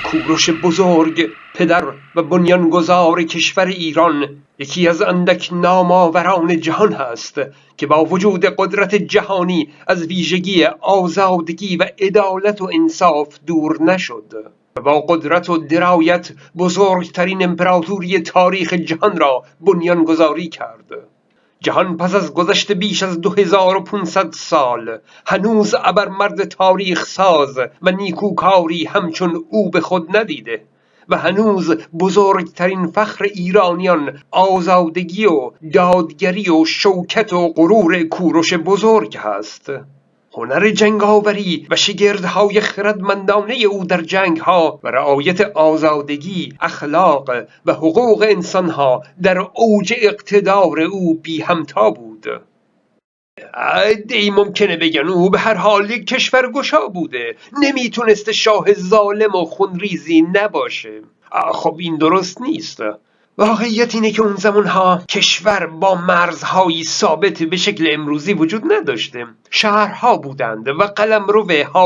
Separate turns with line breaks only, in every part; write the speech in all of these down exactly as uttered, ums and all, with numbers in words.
کوروش بزرگ، پدر و بنیانگذار کشور ایران، یکی از اندک نامآوران جهان هست که با وجود قدرت جهانی از ویژگی آزادگی و عدالت و انصاف دور نشد و با قدرت و درایت بزرگترین امپراتوری تاریخ جهان را بنیانگذاری کرد. جهان پس از گذشت بیش از دو هزار و پانصد سال هنوز ابرمرد تاریخ ساز و نیکوکاری همچون او به خود ندیده و هنوز بزرگترین فخر ایرانیان آزادگی و دادگری و شوکت و غرور کوروش بزرگ هست. هنر جنگاوری و شگردهای خردمندانه او در جنگها و رعایت آزادگی، اخلاق و حقوق انسانها در اوج اقتدار او بی همتا بود. دی ممکنه بگن او به هر حال یک کشورگشا بوده، نمیتونست شاه ظالم و خونریزی نباشه. خب این درست نیست. واقعیت اینه که اون زمانها کشور با مرزهایی ثابت به شکل امروزی وجود نداشته. شهرها بودند و قلمرو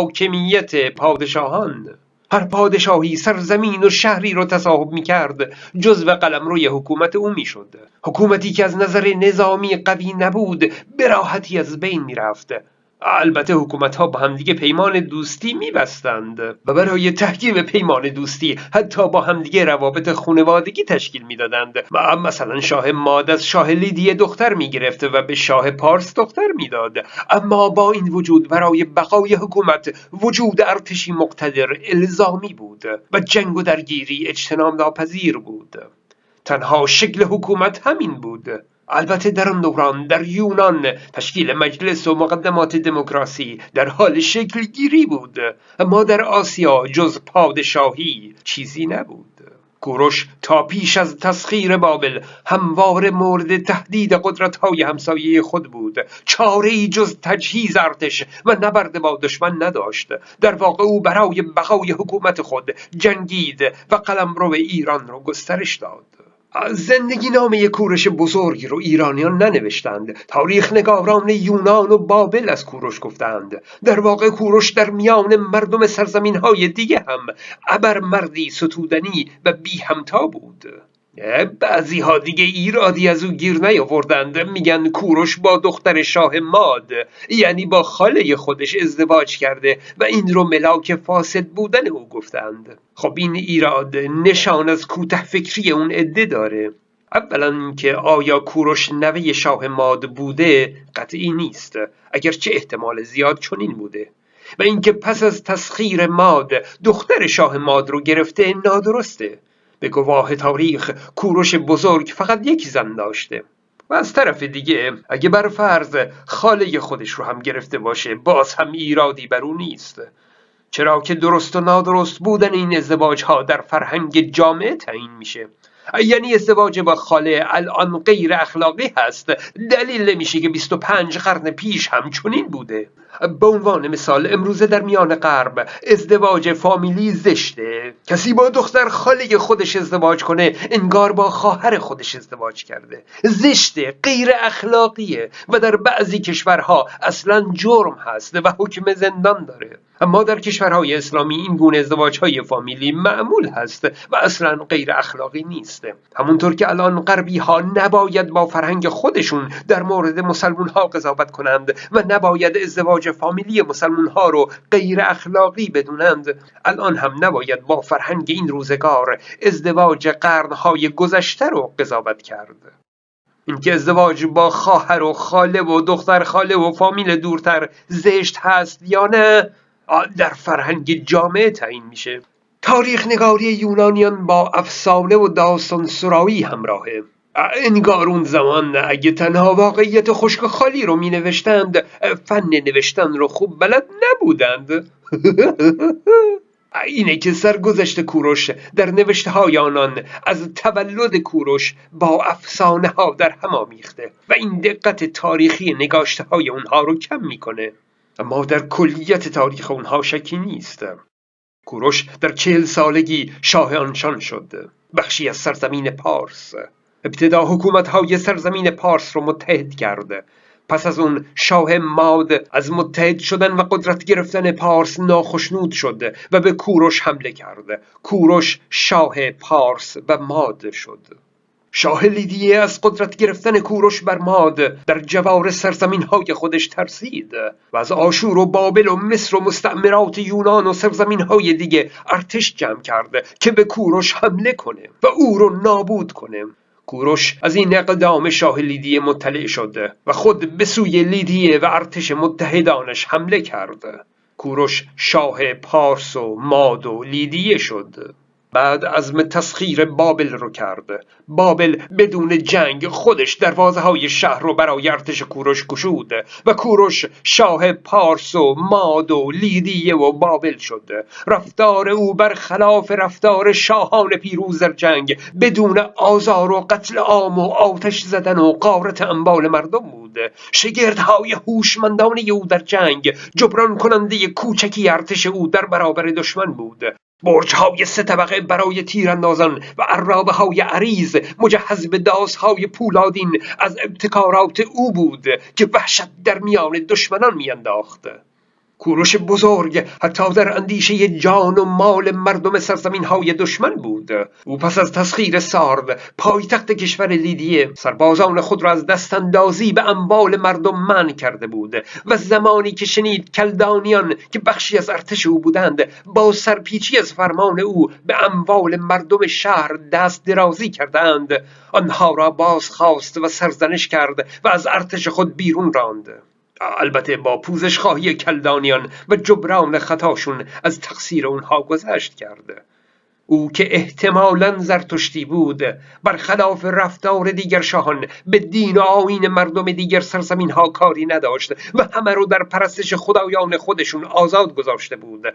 حاکمیت پادشاهان. هر پادشاهی سرزمین و شهری رو تصاحب می‌کرد، جزو قلمروی حکومت او می‌شد. حکومتی که از نظر نظامی قوی نبود، به راحتی از بین می‌رفت. البته حکومت‌ها با همدیگه پیمان دوستی می‌بستند و برای تحکیم پیمان دوستی حتی با همدیگه روابط خانوادگی تشکیل می‌دادند. و مثلا شاه ماد از شاه لیدی دختر می‌گرفت و به شاه پارس دختر می‌داد. اما با این وجود برای بقای حکومت وجود ارتشی مقتدر الزامی بود و جنگ و درگیری اجتناب ناپذیر بود. تنها شکل حکومت همین بود. البته در آن دوران در یونان تشکیل مجلس و مقدمات دموکراسی در حال شکل گیری بود، اما در آسیا جز پادشاهی چیزی نبود. کوروش تا پیش از تسخیر بابل همواره مورد تهدید قدرت‌های همسایه خود بود. چاره‌ای جز تجهیز ارتش و نبرد با دشمن نداشت. در واقع او برای بقای حکومت خود جنگید و قلمرو ایران را گسترش داد. زندگی نامه کوروش بزرگی رو ایرانیان ننوشتند. تاریخ نگاران یونان و بابل از کوروش گفتند. در واقع کوروش در میان مردم سرزمین های دیگه هم ابرمردی ستودنی و بی همتا بود. بعضی ها دیگه ایرادی از او گیر نیاوردند. میگن کوروش با دختر شاه ماد، یعنی با خاله خودش ازدواج کرده و این رو ملاک فاسد بودن او گفتند. خب این ایراد نشان از کوته فکری اون عده داره. اولا که آیا کوروش نوه شاه ماد بوده قطعی نیست، اگرچه احتمال زیاد چنین بوده. و اینکه پس از تسخیر ماد دختر شاه ماد رو گرفته نادرسته. به گواه تاریخ کوروش بزرگ فقط یک زن داشته. و از طرف دیگه اگه بر فرض خاله خودش رو هم گرفته باشه باز هم ایرادی بر او نیست، چرا که درست و نادرست بودن این ازدواج ها در فرهنگ جامعه تعیین میشه. یعنی ازدواج با خاله الان غیر اخلاقی هست، دلیل نمیشه که بیست و پنج قرن پیش هم چنین بوده. به عنوان مثال امروزه در میان غرب ازدواج فامیلی زشته. کسی با دختر خاله خودش ازدواج کنه انگار با خواهر خودش ازدواج کرده. زشته، غیر اخلاقیه و در بعضی کشورها اصلا جرم هست و حکم زندان داره. اما در کشورهای اسلامی این گونه ازدواج‌های فامیلی معمول هست و اصلا غیر اخلاقی نیست. همونطور که الان غربی ها نباید با فرهنگ خودشون در مورد مسلمون ها قضاوت کنند و نباید ازدواج فامیلی مسلمون ها رو غیر اخلاقی بدونند، الان هم نباید با فرهنگ این روزگار ازدواج قرنهای گذشته رو قضاوت کرد. اینکه ازدواج با خواهر و خاله و دختر خاله و فامیل دورتر زشت هست یا نه در فرهنگ جامعه تعیین میشه. تاریخ نگاری یونانیان با افسانه و داستان سرایی همراهه. انگار اون زمان اگه تنها واقعیت خشک و خالی رو می نوشتند، فن نوشتن رو خوب بلد نبودند. اینه که سرگذشت کوروش در نوشته های آنان از تولد کوروش با افسانه ها در هم آمیخته و این دقت تاریخی نگاشته های اونها رو کم میکنه. اما در کلیت تاریخ اونها شکی نیست. کوروش در چهل سالگی شاه آنشان شد، بخشی از سرزمین پارس. ابتدا حکومت‌های سرزمین پارس رو متحد کرد. پس از اون شاه ماد از متحد شدن و قدرت گرفتن پارس ناخشنود شد و به کوروش حمله کرد. کوروش شاه پارس و ماد شد. شاه لیدیه از قدرت گرفتن کوروش بر ماد در جوار سرزمین های خودش ترسید و از آشور و بابل و مصر و مستعمرات یونان و سرزمین های دیگه ارتش جمع کرد که به کوروش حمله کنه و او رو نابود کنه. کوروش از این اقدام شاه لیدیه مطلع شد و خود به سوی لیدیه و ارتش متحدانش حمله کرد. کوروش شاه پارس و ماد و لیدیه شد. بعد عزم تسخیر بابل رو کرد. بابل بدون جنگ خودش دروازه های شهر رو برای ارتش کوروش گشود و کوروش شاه پارس و ماد و لیدیه و بابل شد. رفتار او برخلاف رفتار شاهان پیروز در جنگ بدون آزار و قتل عام و آتش زدن و غارت اموال مردم بود. شگردهای هوشمندانه او در جنگ جبران کننده کوچکی ارتش او در برابر دشمن بود. برج‌های سه طبقه برای تیراندازان و عرابه‌های عریض مجهز به داس‌های پولادین از ابتکارات او بود که وحشت در میان دشمنان می‌انداخت. کوروش بزرگ حتی در اندیشه جان و مال مردم سرزمین‌های دشمن بود. او پس از تسخیر سارد پایتخت کشور لیدیه سربازان خود را از دستاندازی به اموال مردم منع کرده بود و زمانی که شنید کلدانیان که بخشی از ارتش او بودند با سرپیچی از فرمان او به اموال مردم شهر دست درازی کردند، آنها را بازخواست و سرزنش کرد و از ارتش خود بیرون راند. البته با پوزش خواهی کلدانیان و جبران خطاشون از تقصیر اونها گذشت کرده. او که احتمالاً زرتشتی بود برخلاف رفتار دیگر شاهان به دین و آیین مردم دیگر سرزمین ها کاری نداشت و همه رو در پرستش خدایان خودشون آزاد گذاشته بود.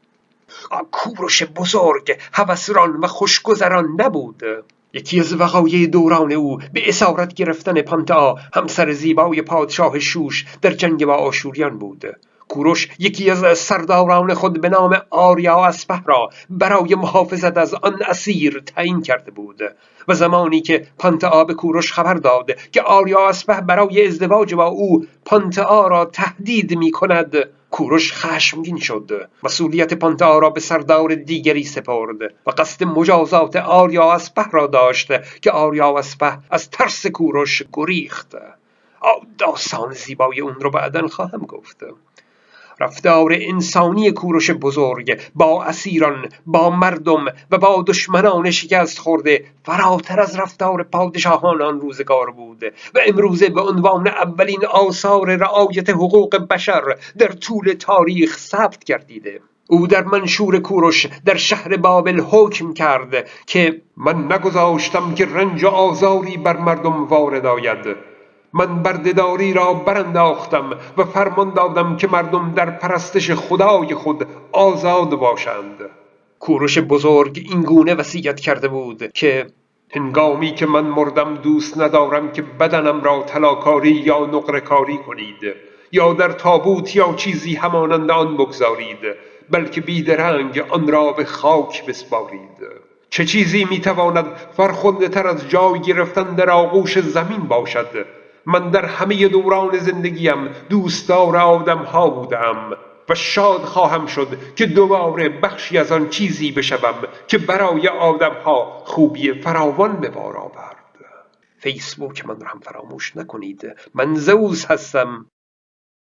کوروش بزرگ هوسران و خوشگذران نبود. یکی از وقایع دوران او به اسارت گرفتن پانتا همسر زیبای پادشاه شوش در جنگ با آشوریان بود. کوروش یکی از سرداران خود به نام آریا اسپه را برای محافظت از آن اسیر تعیین کرده بود و زمانی که پانتا به کوروش خبر داد که آریا اسپه برای ازدواج با او پانتا را تهدید می کند، کوروش خشمگین شد. مسئولیت پانتا را به سردار دیگری سپرد و قصد مجازات آریا اسپه را داشت که آریا اسپه از ترس کوروش گریخت. داستان زیبای اون رو بعداً خواهم گفت. رفتار انسانی کوروش بزرگ با اسیران، با مردم و با دشمنان شکست خورده فراتر از رفتار پادشاهان آن روزگار بود و امروزه به عنوان اولین آثار رعایت حقوق بشر در طول تاریخ ثبت گردیده. او در منشور کوروش در شهر بابل حکم کرد که من نگذاشتم که رنج و آزاری بر مردم وارد آید. من بردهداری را برانداختم و فرمان دادم که مردم در پرستش خدای خود آزاد باشند. کوروش بزرگ این گونه وصیت کرده بود که هنگامی که من مردم دوست ندارم که بدنم را طلاکاری یا نقره‌کاری کنید یا در تابوت یا چیزی همانند آن بگذارید، بلکه بیدرنگ آن را به خاک بسپارید. چه چیزی میتواند فرخنده تر از جای گرفتن در آغوش زمین باشد؟ من در همه دوران زندگیم دوستدار آدم ها بودم و شاد خواهم شد که دوباره بخشی از آن چیزی بشوم که برای آدم ها خوبی فراوان به بار آورد. فیسبوک من را هم فراموش نکنید. من زئوس هستم.